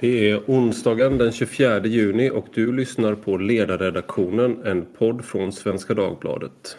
Det är onsdagen den 24 juni och du lyssnar på Ledarredaktionen, en podd från Svenska Dagbladet.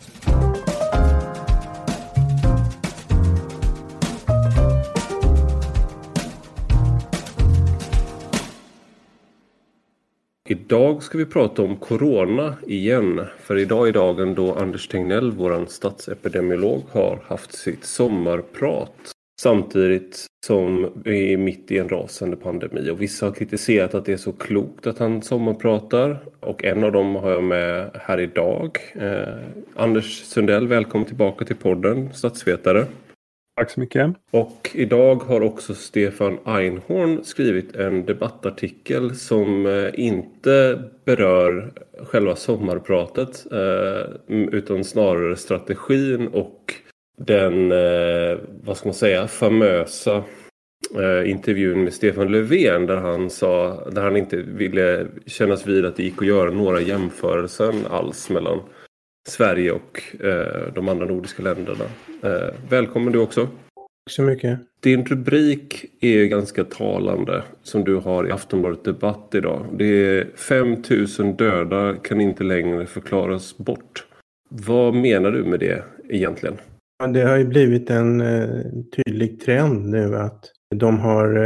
Idag ska vi prata om corona igen, för idag är dagen då Anders Tegnell, våran statsepidemiolog, har haft sitt sommarprat. Samtidigt som vi är mitt i en rasande pandemi, och vissa har kritiserat att det är så klokt att han sommarpratar, och en av dem har jag med här idag. Anders Sundell, välkommen tillbaka till podden, statsvetare. Tack så mycket. Och idag har också Stefan Einhorn skrivit en debattartikel som inte berör själva sommarpratet utan snarare strategin och den, vad ska man säga, famösa intervjun med Stefan Löfven där han inte ville kännas vid att det gick att göra några jämförelser alls mellan Sverige och de andra nordiska länderna. Välkommen du också. Tack så mycket. Din rubrik är ju ganska talande som du har i Aftonbladet Debatt idag. Det är 5000 döda kan inte längre förklaras bort. Vad menar du med det egentligen? Ja, det har ju blivit en tydlig trend nu att de har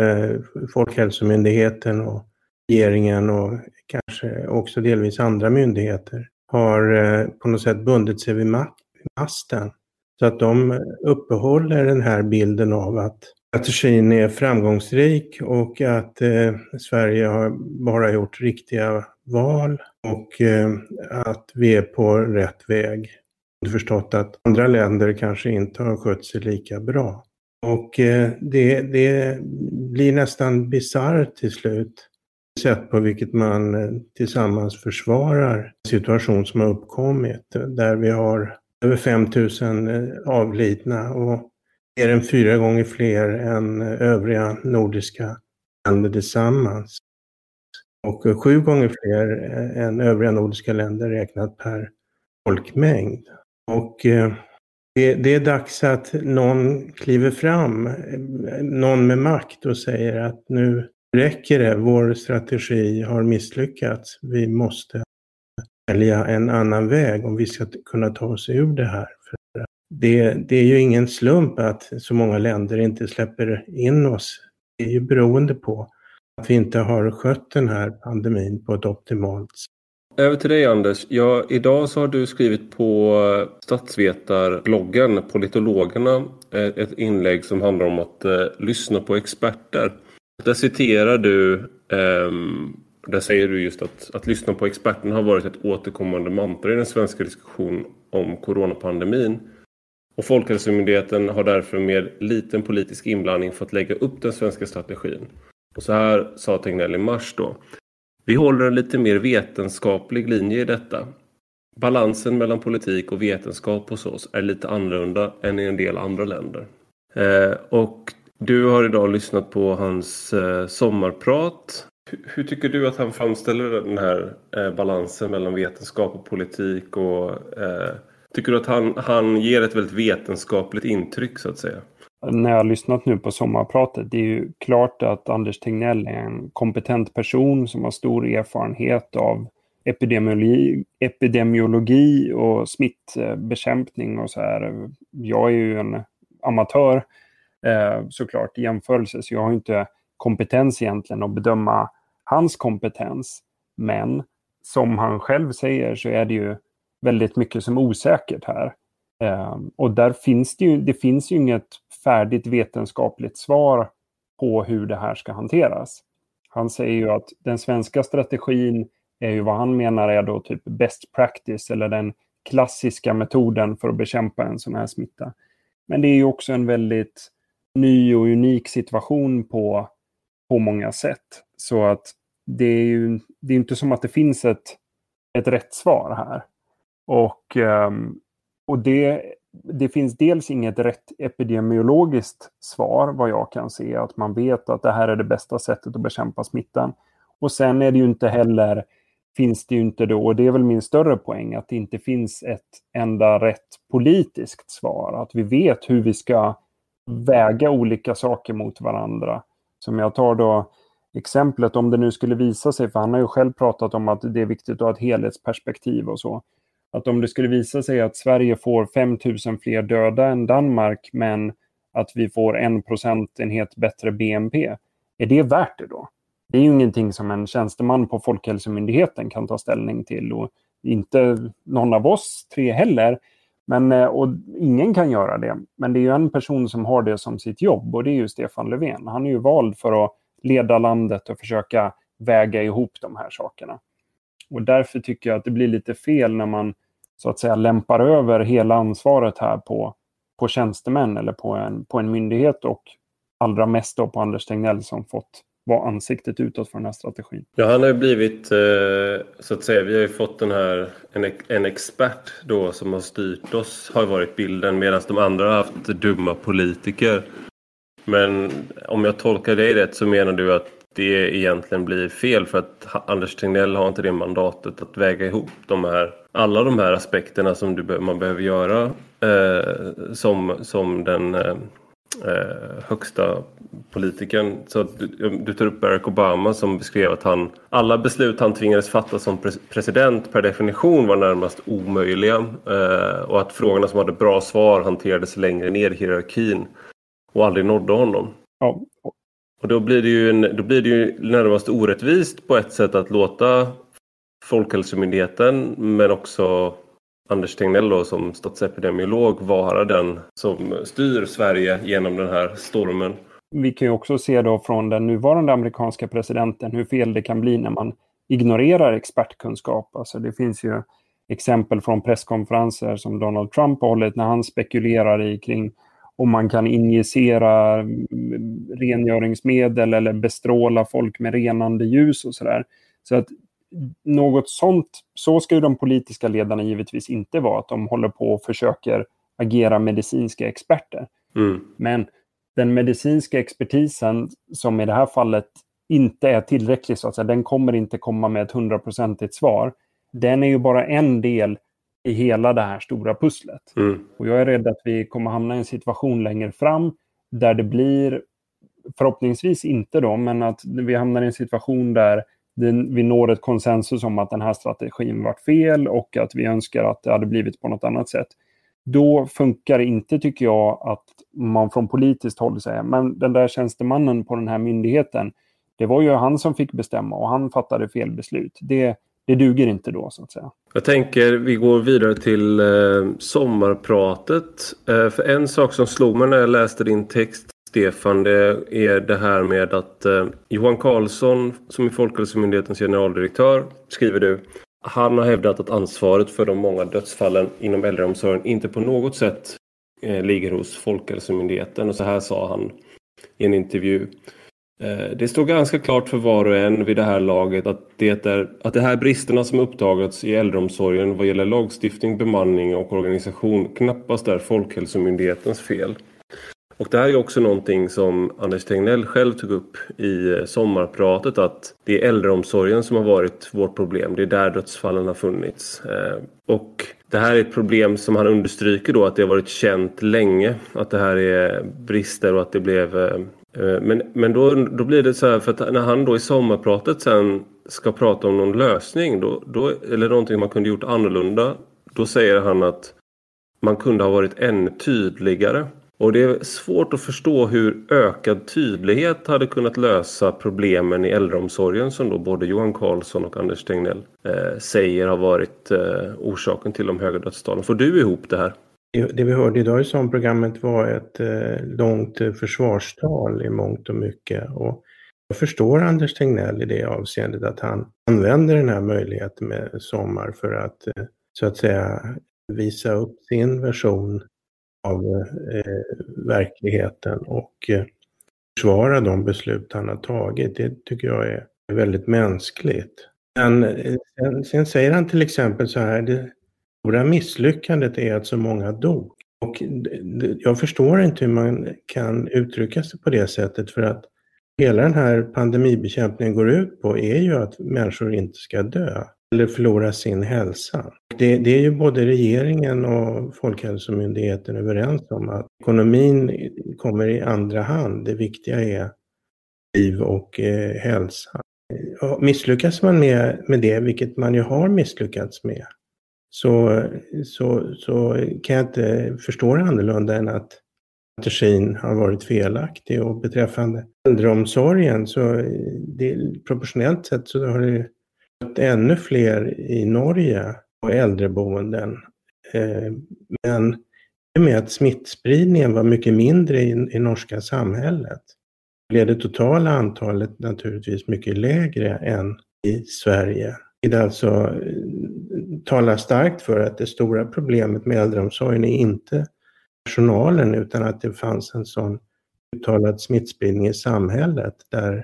Folkhälsomyndigheten och regeringen och kanske också delvis andra myndigheter har på något sätt bundit sig vid masten. Så att de uppehåller den här bilden av att strategin är framgångsrik och att Sverige har bara gjort riktiga val och att vi är på rätt väg. Jag har förstått att andra länder kanske inte har skött sig lika bra. Och det blir nästan bisarrt till slut. Sätt på vilket man tillsammans försvarar en situation som har uppkommit. Där vi har över 5000 avlidna och mer än 4 gånger fler än övriga nordiska länder tillsammans. Och 7 gånger fler än övriga nordiska länder räknat per folkmängd. Och det är dags att någon kliver fram, någon med makt och säger att nu räcker det, vår strategi har misslyckats. Vi måste välja en annan väg om vi ska kunna ta oss ur det här. För det är ju ingen slump att så många länder inte släpper in oss. Det är ju beroende på att vi inte har skött den här pandemin på ett optimalt sätt. Över till dig Anders. Ja, idag så har du skrivit på statsvetarbloggen Politologerna ett inlägg som handlar om att lyssna på experter. Där citerar du, där säger du just att lyssna på experterna har varit ett återkommande mantra i den svenska diskussionen om coronapandemin. Och Folkhälsomyndigheten har därför med liten politisk inblandning fått lägga upp den svenska strategin. Och så här sa Tegnell i mars då. Vi håller en lite mer vetenskaplig linje i detta. Balansen mellan politik och vetenskap hos oss är lite annorlunda än i en del andra länder. Och du har idag lyssnat på hans sommarprat. Hur tycker du att han framställer den här balansen mellan vetenskap och politik? Och tycker du att han ger ett väldigt vetenskapligt intryck så att säga? När jag har lyssnat nu på sommarpratet, det är ju klart att Anders Tegnell är en kompetent person som har stor erfarenhet av epidemiologi och smittbekämpning och så här. Jag är ju en amatör såklart i jämförelse, så jag har inte kompetens egentligen att bedöma hans kompetens. Men som han själv säger så är det ju väldigt mycket som är osäkert här. Och där finns ju inget färdigt vetenskapligt svar på hur det här ska hanteras. Han säger ju att den svenska strategin är ju vad han menar är då typ best practice eller den klassiska metoden för att bekämpa en sån här smitta. Men det är ju också en väldigt ny och unik situation på många sätt. Så att det är ju inte som att det finns ett rätt svar här. Och det finns dels inget rätt epidemiologiskt svar vad jag kan se. Att man vet att det här är det bästa sättet att bekämpa smittan. Och sen är det ju inte heller, finns det ju inte då, och det är väl min större poäng, att det inte finns ett enda rätt politiskt svar. Att vi vet hur vi ska väga olika saker mot varandra. Som jag tar då exemplet, om det nu skulle visa sig, för han har ju själv pratat om att det är viktigt att ha ett helhetsperspektiv och så, att om det skulle visa sig att Sverige får 5 000 fler döda än Danmark, men att vi får 1 procentenhet bättre BNP, är det värt det då? Det är ju ingenting som en tjänsteman på Folkhälsomyndigheten kan ta ställning till, och inte någon av oss 3 heller. Men, och ingen kan göra det. Men det är ju en person som har det som sitt jobb, och det är ju Stefan Löfven. Han är ju vald för att leda landet och försöka väga ihop de här sakerna. Och därför tycker jag att det blir lite fel när man så att säga lämpar över hela ansvaret här på tjänstemän eller på en myndighet, och allra mest då på Anders Tegnell som fått vara ansiktet utåt för den här strategin. Ja, han har ju blivit, så att säga, vi har ju fått den här, en expert då som har styrt oss, har varit bilden, medan de andra har haft dumma politiker. Men om jag tolkar dig rätt så menar du att det egentligen blir fel, för att Anders Tegnell har inte det mandatet att väga ihop alla de här aspekterna som man behöver göra som den högsta politikern. Så du tar upp Barack Obama som beskrev att alla beslut han tvingades fatta som president per definition var närmast omöjliga, och att frågorna som hade bra svar hanterades längre ner i hierarkin och aldrig nådde honom. Ja. Och då blir det ju närmast orättvist på ett sätt att låta Folkhälsomyndigheten, men också Anders Tegnell då, som statsepidemiolog, vara den som styr Sverige genom den här stormen. Vi kan ju också se då från den nuvarande amerikanska presidenten hur fel det kan bli när man ignorerar expertkunskap. Alltså det finns ju exempel från presskonferenser som Donald Trump har hållit när han spekulerar kring om man kan injicera rengöringsmedel eller bestråla folk med renande ljus och sådär. Så att något sånt, så ska ju de politiska ledarna givetvis inte vara, att de håller på och försöker agera medicinska experter. Men den medicinska expertisen som i det här fallet inte är tillräcklig, så att säga, den kommer inte komma med ett 100% svar. Den är ju bara en del i hela det här stora pusslet. Och jag är rädd att vi kommer hamna i en situation längre fram där det blir, förhoppningsvis inte då, men att vi hamnar i en situation där vi når ett konsensus om att den här strategin var fel och att vi önskar att det hade blivit på något annat sätt. Då funkar det inte, tycker jag, att man från politiskt håll säger, men den där tjänstemannen på den här myndigheten, det var ju han som fick bestämma och han fattade fel beslut. Det duger inte då, så att säga. Jag tänker vi går vidare till sommarpratet. För en sak som slog mig när jag läste din text, Stefan, det är det här med att Johan Carlsson, som är Folkhälsomyndighetens generaldirektör, skriver du, han har hävdat att ansvaret för de många dödsfallen inom äldreomsorgen inte på något sätt ligger hos Folkhälsomyndigheten. Och så här sa han i en intervju. Det står ganska klart för var och en vid det här laget att det här bristerna som uppdagats i äldreomsorgen vad gäller lagstiftning, bemanning och organisation knappast är Folkhälsomyndighetens fel. Och det här är också någonting som Anders Tegnell själv tog upp i sommarpratet, att det är äldreomsorgen som har varit vårt problem. Det är där dödsfallen har funnits. Och det här är ett problem som han understryker då, att det har varit känt länge, att det här är brister och att det blev... Men då blir det så här, för att när han då i sommarpratet sen ska prata om någon lösning, då, eller någonting man kunde gjort annorlunda, då säger han att man kunde ha varit ännu tydligare. Och det är svårt att förstå hur ökad tydlighet hade kunnat lösa problemen i äldreomsorgen som då både Johan Carlsson och Anders Tegnell säger har varit orsaken till de höga dödstalen. Får du ihop det här? Det vi hörde idag i sommarprogrammet var ett långt försvarstal i mångt och mycket. Och jag förstår Anders Tegnell i det avseendet att han använder den här möjligheten med sommar för att så att säga visa upp sin version av verkligheten och försvara de beslut han har tagit. Det tycker jag är väldigt mänskligt. Men sen säger han till exempel så här, det stora misslyckandet är att så många dog. Och jag förstår inte hur man kan uttrycka sig på det sättet, för att hela den här pandemibekämpningen går ut på är ju att människor inte ska dö eller förlora sin hälsa. Det är ju både regeringen och Folkhälsomyndigheten överens om att ekonomin kommer i andra hand. Det viktiga är liv och hälsa. Misslyckas man med det, vilket man ju har misslyckats med, så kan jag inte förstå det annorlunda än att strategin har varit felaktig. Och beträffande äldreomsorgen så proportionellt sett så har det varit ännu fler i Norge på äldreboenden. Men med att smittspridningen var mycket mindre i norska samhället blev det totala antalet naturligtvis mycket lägre än i Sverige. Det alltså talar starkt för att det stora problemet med äldreomsorgen är inte personalen utan att det fanns en sån uttalad smittspridning i samhället där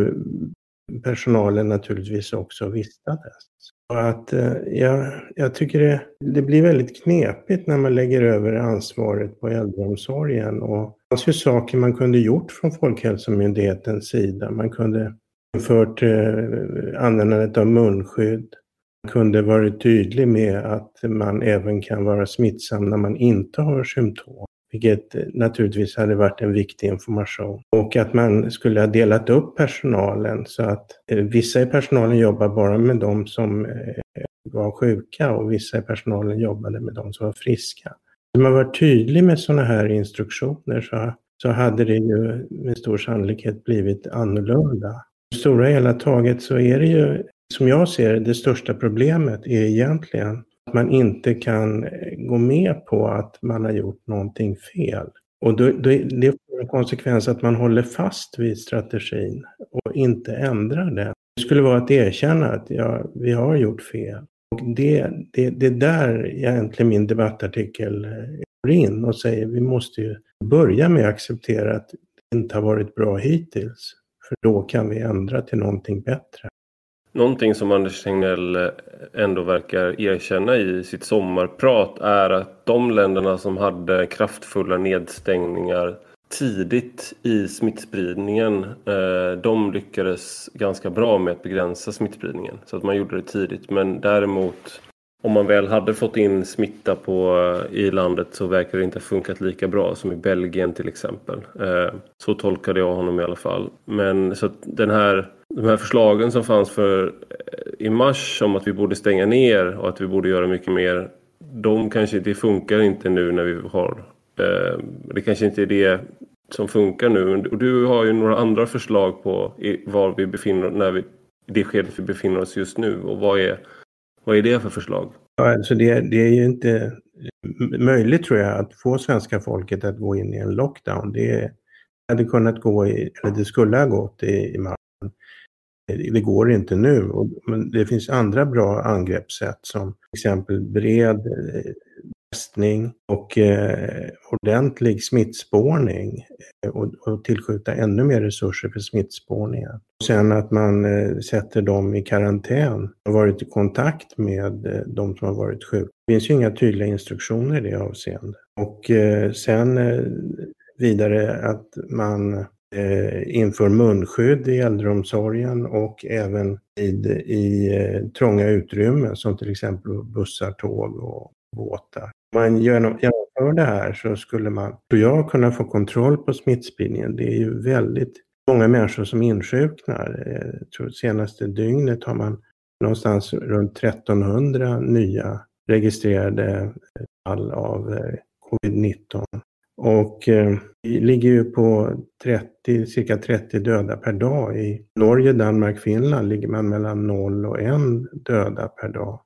personalen naturligtvis också vistades. Och att jag tycker det blir väldigt knepigt när man lägger över ansvaret på äldreomsorgen. Och det fanns ju saker man kunde gjort från Folkhälsomyndighetens sida. Man kunde infört användandet av munskydd. Man kunde varit tydlig med att man även kan vara smittsam när man inte har symptom. Vilket naturligtvis hade varit en viktig information. Och att man skulle ha delat upp personalen så att vissa i personalen jobbar bara med de som var sjuka och vissa i personalen jobbade med de som var friska. Om man var tydlig med sådana här instruktioner så hade det ju med stor sannolikhet blivit annorlunda. I stora hela taget så är det ju, som jag ser det största problemet är egentligen att man inte kan gå med på att man har gjort någonting fel. Och det får en konsekvens att man håller fast vid strategin och inte ändrar den. Det skulle vara att erkänna att vi har gjort fel. Och det där egentligen min debattartikel går in och säger vi måste ju börja med att acceptera att det inte har varit bra hittills. För då kan vi ändra till någonting bättre. Någonting som Anders Tegnell ändå verkar erkänna i sitt sommarprat är att de länderna som hade kraftfulla nedstängningar tidigt i smittspridningen, de lyckades ganska bra med att begränsa smittspridningen. Så att man gjorde det tidigt. Men däremot, om man väl hade fått in smitta i landet så verkar det inte ha funkat lika bra som i Belgien till exempel. Så tolkade jag honom i alla fall. Men så att de här förslagen som fanns i mars om att vi borde stänga ner och att vi borde göra mycket mer, det funkar inte nu när vi har... Det kanske inte är det som funkar nu. Och du har ju några andra förslag på var vi befinner oss i det skedet vi befinner oss just nu. Och vad är det för förslag? Ja, alltså det är ju inte möjligt tror jag att få svenska folket att gå in i en lockdown. Det hade kunnat det skulle ha gått i mars. Det går inte nu. Men det finns andra bra angreppssätt som till exempel bred testning och ordentlig smittspårning och tillskjuta ännu mer resurser för smittspårningen. Och sen att man sätter dem i karantän och varit i kontakt med de som har varit sjuka. Det finns ju inga tydliga instruktioner i det avseendet. Och sen vidare att man inför munskydd i äldreomsorgen och även i trånga utrymmen som till exempel bussar, tåg och båtar. Om man genomför det här så skulle man, tror jag, kunna få kontroll på smittspridningen. Det är ju väldigt många människor som insjuknar. Jag tror senaste dygnet har man någonstans runt 1300 nya registrerade fall av covid-19. Och vi ligger ju på cirka 30 döda per dag. I Norge, Danmark, Finland ligger man mellan 0 och 1 döda per dag.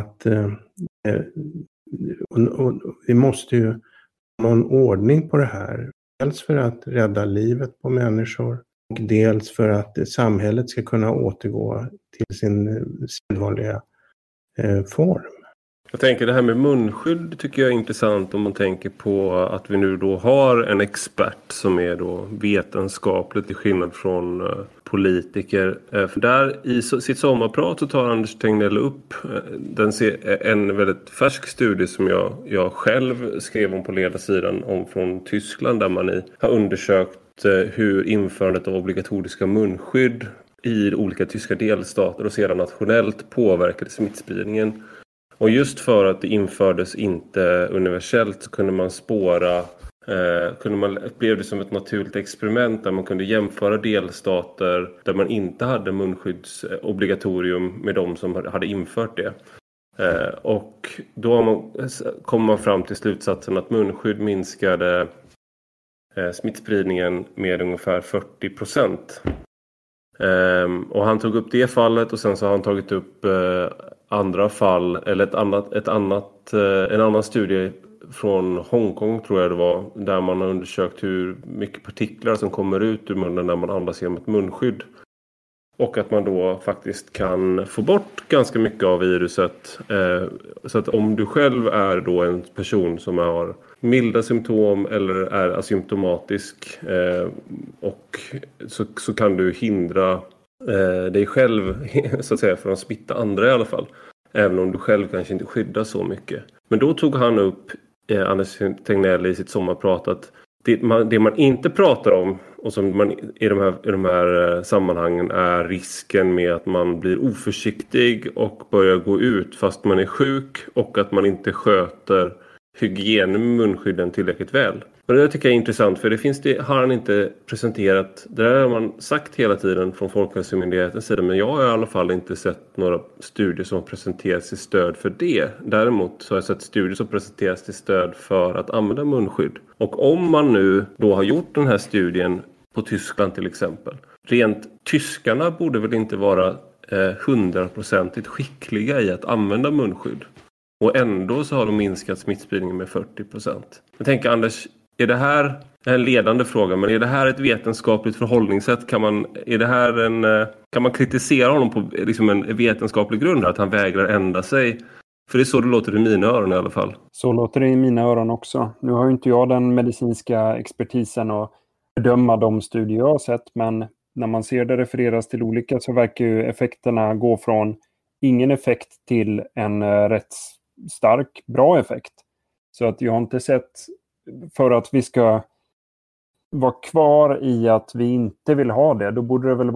Och vi måste ju ha någon ordning på det här. Dels för att rädda livet på människor och dels för att samhället ska kunna återgå till sin sedvanliga form. Jag tänker det här med munskydd tycker jag är intressant om man tänker på att vi nu då har en expert som är då vetenskapligt till skillnad från politiker. För där i sitt sommarprat så tar Anders Tegnell upp en väldigt färsk studie som jag själv skrev om på ledarsidan om från Tyskland där man har undersökt hur införandet av obligatoriska munskydd i olika tyska delstater och sedan nationellt påverkade smittspridningen. Och just för att det infördes inte universellt så kunde man spåra blev det som ett naturligt experiment där man kunde jämföra delstater där man inte hade munskyddsobligatorium med de som hade infört det. Och då kom man fram till slutsatsen att munskydd minskade smittspridningen med ungefär 40%. Och han tog upp det fallet och sen så har han tagit upp andra fall, eller en annan studie från Hongkong tror jag det var, där man har undersökt hur mycket partiklar som kommer ut ur munnen när man andas genom ett munskydd. Och att man då faktiskt kan få bort ganska mycket av viruset. Så att om du själv är då en person som har milda symptom eller är asymptomatisk och så kan du hindra dig själv så att säga från att smitta andra i alla fall. Även om du själv kanske inte skyddar så mycket. Men då tog han upp, Anders Tegnell i sitt sommarprat, att det man inte pratar om och som man i de här sammanhangen är risken med att man blir oförsiktig och börjar gå ut fast man är sjuk och att man inte sköter hygien med munskydden tillräckligt väl. Och det tycker jag är intressant för det har han inte presenterat. Det där har man sagt hela tiden från Folkhälsomyndighetens sida, men jag har i alla fall inte sett några studier som presenteras till stöd för det. Däremot så har jag sett studier som presenteras till stöd för att använda munskydd. Och om man nu då har gjort den här studien på Tyskland till exempel. Rent tyskarna borde väl inte vara 100% skickliga i att använda munskydd. Och ändå så har de minskat smittspridningen med 40%. Jag tänker Anders, är det här en ledande fråga, men är det här ett vetenskapligt förhållningssätt? Kan man kritisera honom på liksom en vetenskaplig grund att han vägrar ändra sig? För det är så det låter i mina öron i alla fall. Så låter det i mina öron också. Nu har ju inte jag den medicinska expertisen att bedöma de studier jag har sett, men när man ser det refereras till olika så verkar ju effekterna gå från ingen effekt till en rätt stark, bra effekt. Så att jag har inte sett, för att vi ska vara kvar i att vi inte vill ha det, då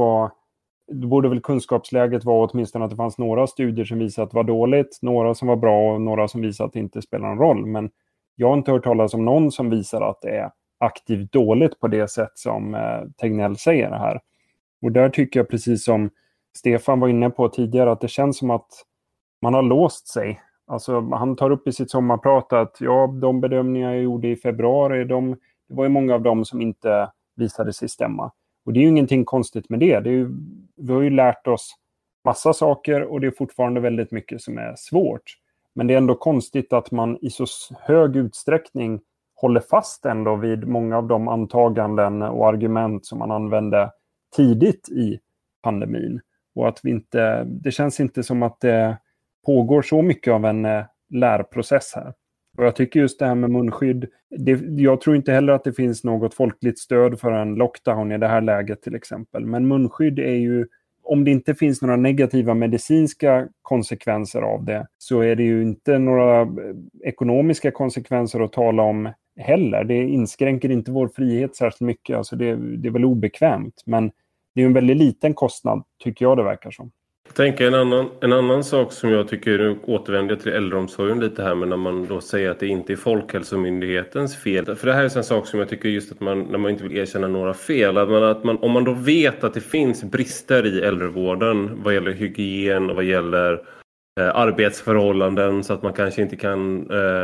borde väl kunskapsläget vara åtminstone att det fanns några studier som visade att det var dåligt, några som var bra och några som visade att det inte spelar någon roll. Men jag har inte hört talas om någon som visar att det är aktivt dåligt på det sätt som Tegnell säger här. Och där tycker jag, precis som Stefan var inne på tidigare, att det känns som att man har låst sig. Alltså, han tar upp i sitt sommarprat att de bedömningar jag gjorde i februari, det var ju många av dem som inte visade sig stämma. Och det är ju ingenting konstigt med det. Vi har ju lärt oss massa saker och det är fortfarande väldigt mycket som är svårt. Men det är ändå konstigt att man i så hög utsträckning håller fast ändå vid många av de antaganden och argument som man använde tidigt i pandemin. Och att det känns inte som att det pågår så mycket av en lärprocess här. Och jag tycker just det här med munskydd, jag tror inte heller att det finns något folkligt stöd för en lockdown i det här läget till exempel. Men munskydd är ju, om det inte finns några negativa medicinska konsekvenser av det, så är det ju inte några ekonomiska konsekvenser att tala om heller. Det inskränker inte vår frihet särskilt mycket, alltså det är väl obekvämt. Men det är en väldigt liten kostnad, tycker jag det verkar som. Jag tänker en annan sak som jag tycker, nu återvänder till äldreomsorgen lite här, men när man då säger att det inte är Folkhälsomyndighetens fel. För det här är en sak som jag tycker just att när man inte vill erkänna några fel. Om man då vet att det finns brister i äldrevården vad gäller hygien och vad gäller arbetsförhållanden, så att man kanske inte kan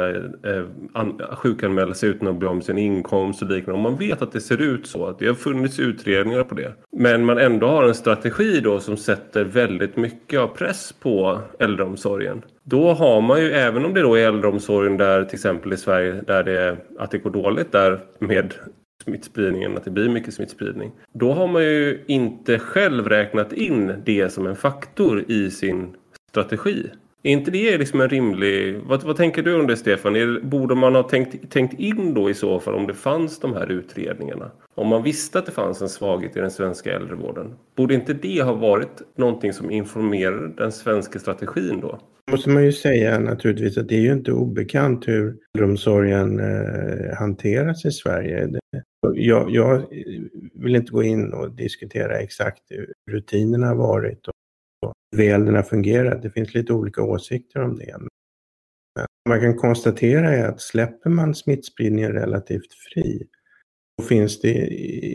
sjukanmäla sig utan att bli om sin inkomst och liknande. Om man vet att det ser ut så, att det har funnits utredningar på det, men man ändå har en strategi då som sätter väldigt mycket av press på äldreomsorgen, då har man ju, även om det då är äldreomsorgen där till exempel i Sverige där att det går dåligt där med smittspridningen, att det blir mycket smittspridning, då har man ju inte själv räknat in det som en faktor i sin strategi. Är inte det liksom en rimlig... Vad tänker du om det, Stefan? Borde man ha tänkt in då i så fall om det fanns de här utredningarna? Om man visste att det fanns en svaghet i den svenska äldrevården, borde inte det ha varit någonting som informerade den svenska strategin då? Måste man ju säga naturligtvis att det är ju inte obekant hur äldreomsorgen hanteras i Sverige. Jag vill inte gå in och diskutera exakt hur rutinerna har varit och hur väl den har fungerat. Det finns lite olika åsikter om det. Men man kan konstatera är att släpper man smittspridningen relativt fri, och finns det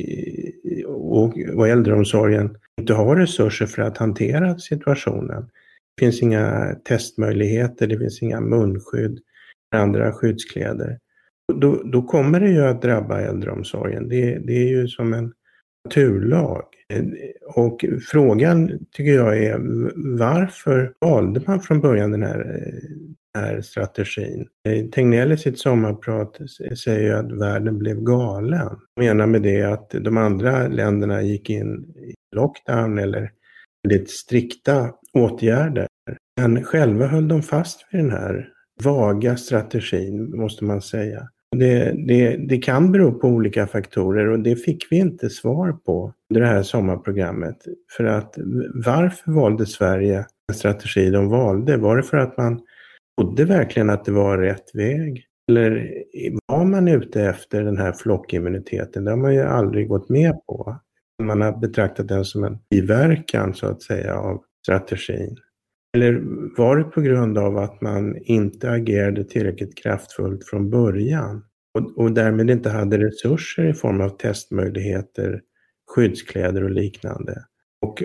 och äldreomsorgen inte har resurser för att hantera situationen. Det finns inga testmöjligheter, det finns inga munskydd, andra skyddskläder. Då kommer det ju att drabba äldreomsorgen. Det är ju som en naturlag. Och frågan tycker jag är, varför valde man från början den här strategin? Tegnell i sitt sommarprat säger ju att världen blev galen. Jag menar med det att de andra länderna gick in i lockdown eller väldigt strikta åtgärder. Men själva höll de fast vid den här vaga strategin, måste man säga. Det kan bero på olika faktorer, och det fick vi inte svar på under det här sommarprogrammet. För att varför valde Sverige en strategi de valde? Var det för att man trodde verkligen att det var rätt väg? Eller var man ute efter den här flockimmuniteten? Det har man ju aldrig gått med på. Man har betraktat den som en biverkan, så att säga, av strategin. Eller var det på grund av att man inte agerade tillräckligt kraftfullt från början och därmed inte hade resurser i form av testmöjligheter, skyddskläder och liknande? Och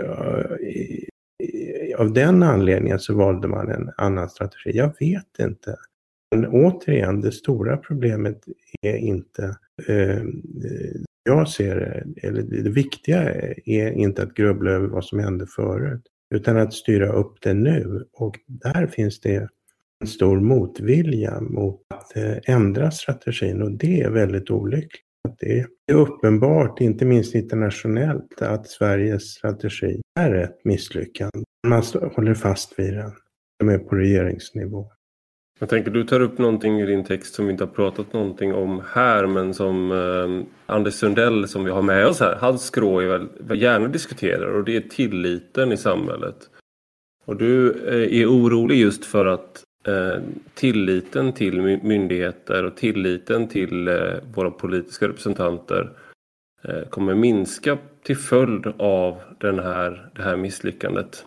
av den anledningen så valde man en annan strategi. Jag vet inte. Men återigen, det stora problemet är inte, jag ser det, eller det viktiga är inte att grubbla över vad som hände förut, utan att styra upp det nu. Och där finns det en stor motvilja mot att ändra strategin, och det är väldigt olyckligt. Det är uppenbart, inte minst internationellt, att Sveriges strategi är ett misslyckande. Man håller fast vid den, som är på regeringsnivå. Jag tänker, du tar upp någonting i din text som vi inte har pratat någonting om här, men som Anders Sundell, som vi har med oss här, hans skrå är väl gärna diskuterar, och det är tilliten i samhället. Och du är orolig just för att tilliten till myndigheter och tilliten till våra politiska representanter kommer minska till följd av det här misslyckandet.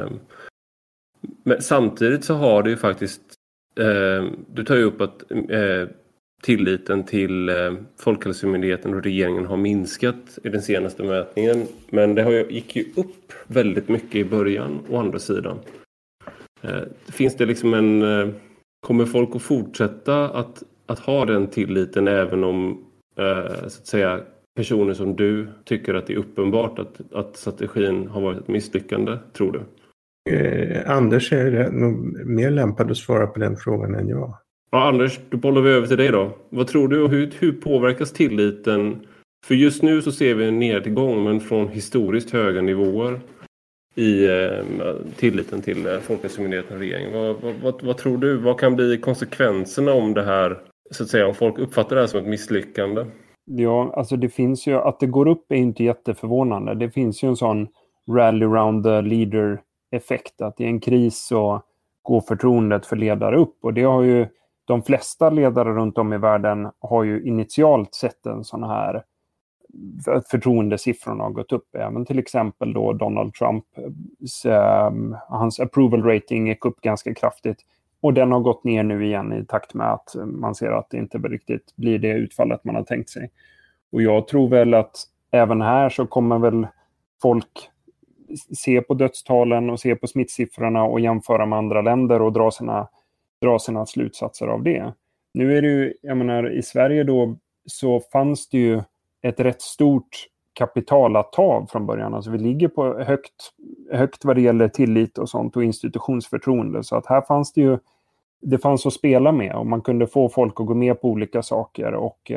Men samtidigt så har det ju faktiskt, du tar ju upp att tilliten till Folkhälsomyndigheten och regeringen har minskat i den senaste mätningen. Men det gick ju upp väldigt mycket i början, å andra sidan. Finns det liksom kommer folk att fortsätta att ha den tilliten även om så att säga personer som du tycker att det är uppenbart att strategin har varit ett misslyckande, tror du? Anders är nog mer lämpad att svara på den frågan än jag. Ja, Anders, då bollar vi över till dig då. Vad tror du och hur påverkas tilliten? För just nu så ser vi en nedgång, men från historiskt höga nivåer i tilliten till Folkhälsomyndigheten och regeringen. Vad tror du? Vad kan bli konsekvenserna om det här, så att säga, om folk uppfattar det här som ett misslyckande? Ja, alltså det finns ju, att det går upp är inte jätteförvånande. Det finns ju en sån rally around the leader effekt, att i en kris så går förtroendet för ledare upp, och det har ju de flesta ledare runt om i världen har ju initialt sett en sån här, förtroendesiffrorna har gått upp. Även till exempel då Donald Trump, hans approval rating gick upp ganska kraftigt, och den har gått ner nu igen i takt med att man ser att det inte riktigt blir det utfallet man har tänkt sig. Och jag tror väl att även här så kommer väl folk se på dödstalen och se på smittsiffrorna och jämföra med andra länder och dra sina slutsatser av det. Nu är det ju, jag menar, i Sverige då så fanns det ju ett rätt stort kapital att ta av från början. Alltså vi ligger på högt vad det gäller tillit och sånt och institutionsförtroende. Så att här fanns det fanns att spela med, och man kunde få folk att gå med på olika saker och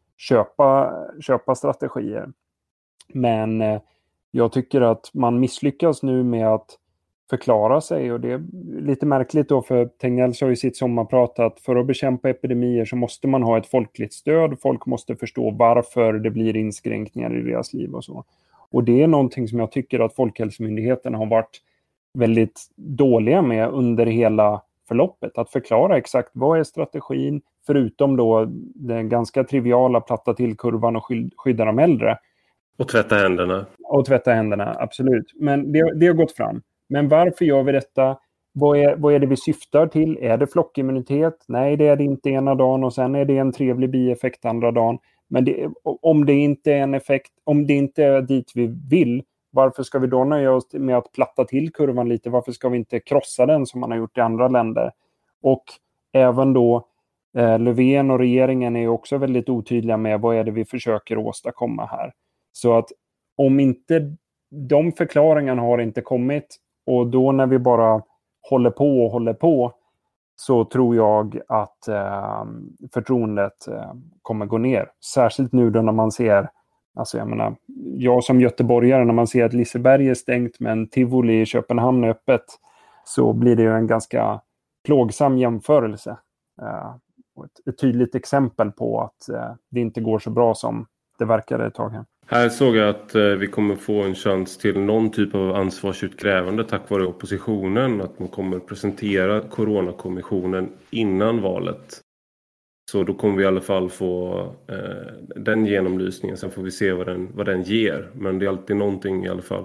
köpa strategier. Men jag tycker att man misslyckas nu med att förklara sig, och det är lite märkligt då, för Tegnell sa i sitt sommarprat att för att bekämpa epidemier så måste man ha ett folkligt stöd. Folk måste förstå varför det blir inskränkningar i deras liv och så. Och det är någonting som jag tycker att Folkhälsomyndigheten har varit väldigt dåliga med under hela förloppet. Att förklara exakt vad är strategin, förutom då den ganska triviala platta tillkurvan och skydda de äldre. Och tvätta händerna. Och tvätta händerna, absolut. Men det har gått fram. Men varför gör vi detta? vad är det vi syftar till? Är det flockimmunitet? Nej, det är det inte ena dagen och sen är det en trevlig bieffekt andra dagen. Men om det inte är en effekt, om det inte är dit vi vill, varför ska vi då nöja oss med att platta till kurvan lite? Varför ska vi inte krossa den som man har gjort i andra länder? Och även då Löfven och regeringen är också väldigt otydliga med vad är det vi försöker åstadkomma här. Så att om inte de förklaringarna har inte kommit, och då när vi bara håller på så tror jag att förtroendet kommer gå ner. Särskilt nu då när man ser, alltså jag som göteborgare, när man ser att Liseberg är stängt men Tivoli i Köpenhamn är öppet, så blir det ju en ganska plågsam jämförelse. Och ett tydligt exempel på att det inte går så bra som det verkade ett tag här. Här såg jag att vi kommer få en chans till någon typ av ansvarsutkrävande tack vare oppositionen. Att man kommer presentera coronakommissionen innan valet. Så då kommer vi i alla fall få den genomlysningen. Sen får vi se vad den ger. Men det är alltid någonting i alla fall.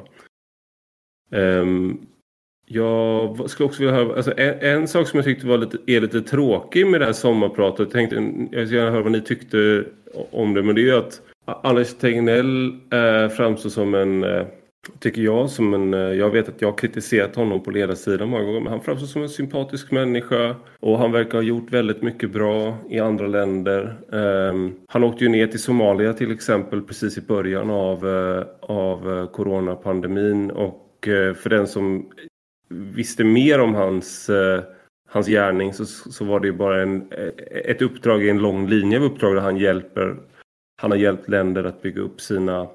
Jag skulle också vilja höra, alltså en sak som jag tyckte är lite tråkig med det här sommarpratet. Jag tänkte, jag skulle gärna höra vad ni tyckte om det. Men det är ju att Anders Tegnell framstår som jag vet att jag har kritiserat honom på ledarsidan många gånger, men han framstår som en sympatisk människa och han verkar ha gjort väldigt mycket bra i andra länder. Han åkte ju ner till Somalia till exempel precis i början av coronapandemin, och för den som visste mer om hans gärning så var det ju bara ett uppdrag i en lång linje av uppdrag där han har hjälpt länder att bygga upp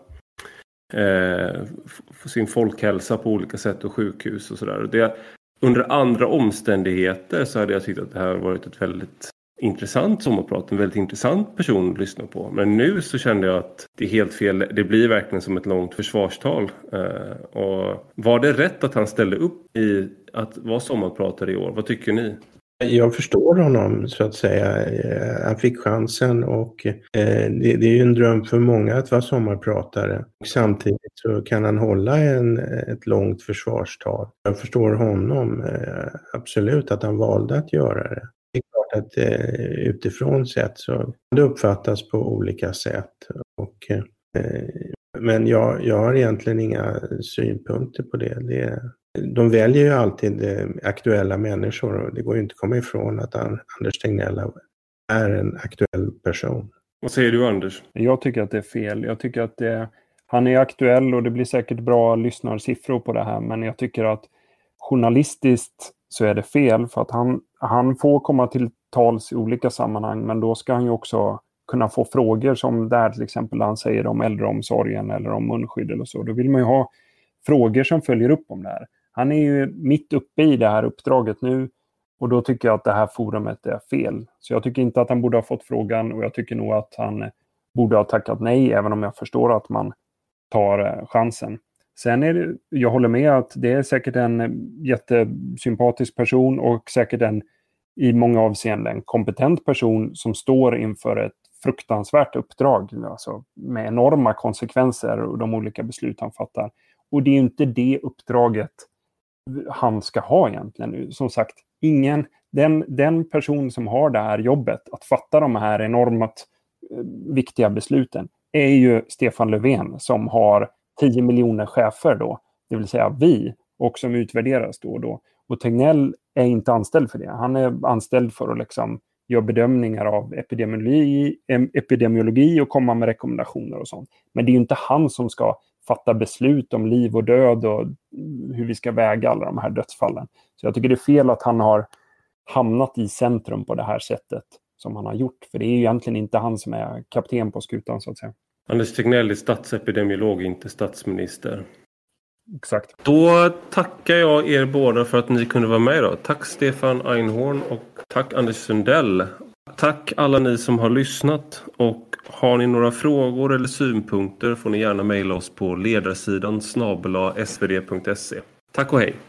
sin folkhälsa på olika sätt och sjukhus och sådär. Under andra omständigheter så hade jag tyckt att det här varit ett väldigt intressant sommarprat, en väldigt intressant person att lyssna på. Men nu så kände jag att det är helt fel. Det blir verkligen som ett långt försvarstal. Och var det rätt att han ställde upp i att vara sommarpratare i år? Vad tycker ni? Jag förstår honom så att säga. Han fick chansen och det är ju en dröm för många att vara sommarpratare. Och samtidigt så kan han hålla ett långt försvarstal. Jag förstår honom absolut att han valde att göra det. Det är klart att utifrån sett så kan det uppfattas på olika sätt. Men jag har egentligen inga synpunkter på det. De väljer ju alltid aktuella människor och det går ju inte att komma ifrån att Anders Tegnell är en aktuell person. Vad säger du, Anders? Jag tycker att det är fel. Jag tycker att han är aktuell och det blir säkert bra lyssnarsiffror på det här, men jag tycker att journalistiskt så är det fel, för att han får komma till tals i olika sammanhang, men då ska han ju också kunna få frågor som där till exempel han säger om äldreomsorgen eller om munskydd eller så. Då vill man ju ha frågor som följer upp om det här. Han är ju mitt uppe i det här uppdraget nu och då tycker jag att det här forumet är fel. Så jag tycker inte att han borde ha fått frågan och jag tycker nog att han borde ha tackat nej, även om jag förstår att man tar chansen. Sen jag håller med att det är säkert en jättesympatisk person och säkert i många avseenden kompetent person som står inför ett fruktansvärt uppdrag, alltså med enorma konsekvenser och de olika beslut han fattar. Och det är inte det uppdraget han ska ha egentligen. Som sagt, den person som har det här jobbet att fatta de här enormt viktiga besluten är ju Stefan Löfven, som har 10 miljoner chefer då, det vill säga vi, och som utvärderas då och då. Och Tegnell är inte anställd för det. Han är anställd för att liksom göra bedömningar av epidemiologi och komma med rekommendationer och sånt. Men det är ju inte han som ska fatta beslut om liv och död och hur vi ska väga alla de här dödsfallen. Så jag tycker det är fel att han har hamnat i centrum på det här sättet som han har gjort. För det är ju egentligen inte han som är kapten på skutan så att säga. Anders Tegnell är statsepidemiolog, inte statsminister. Exakt. Då tackar jag er båda för att ni kunde vara med idag. Tack Stefan Einhorn och tack Anders Sundell. Tack alla ni som har lyssnat, och har ni några frågor eller synpunkter får ni gärna mejla oss på ledarsidan @svd.se. Tack och hej!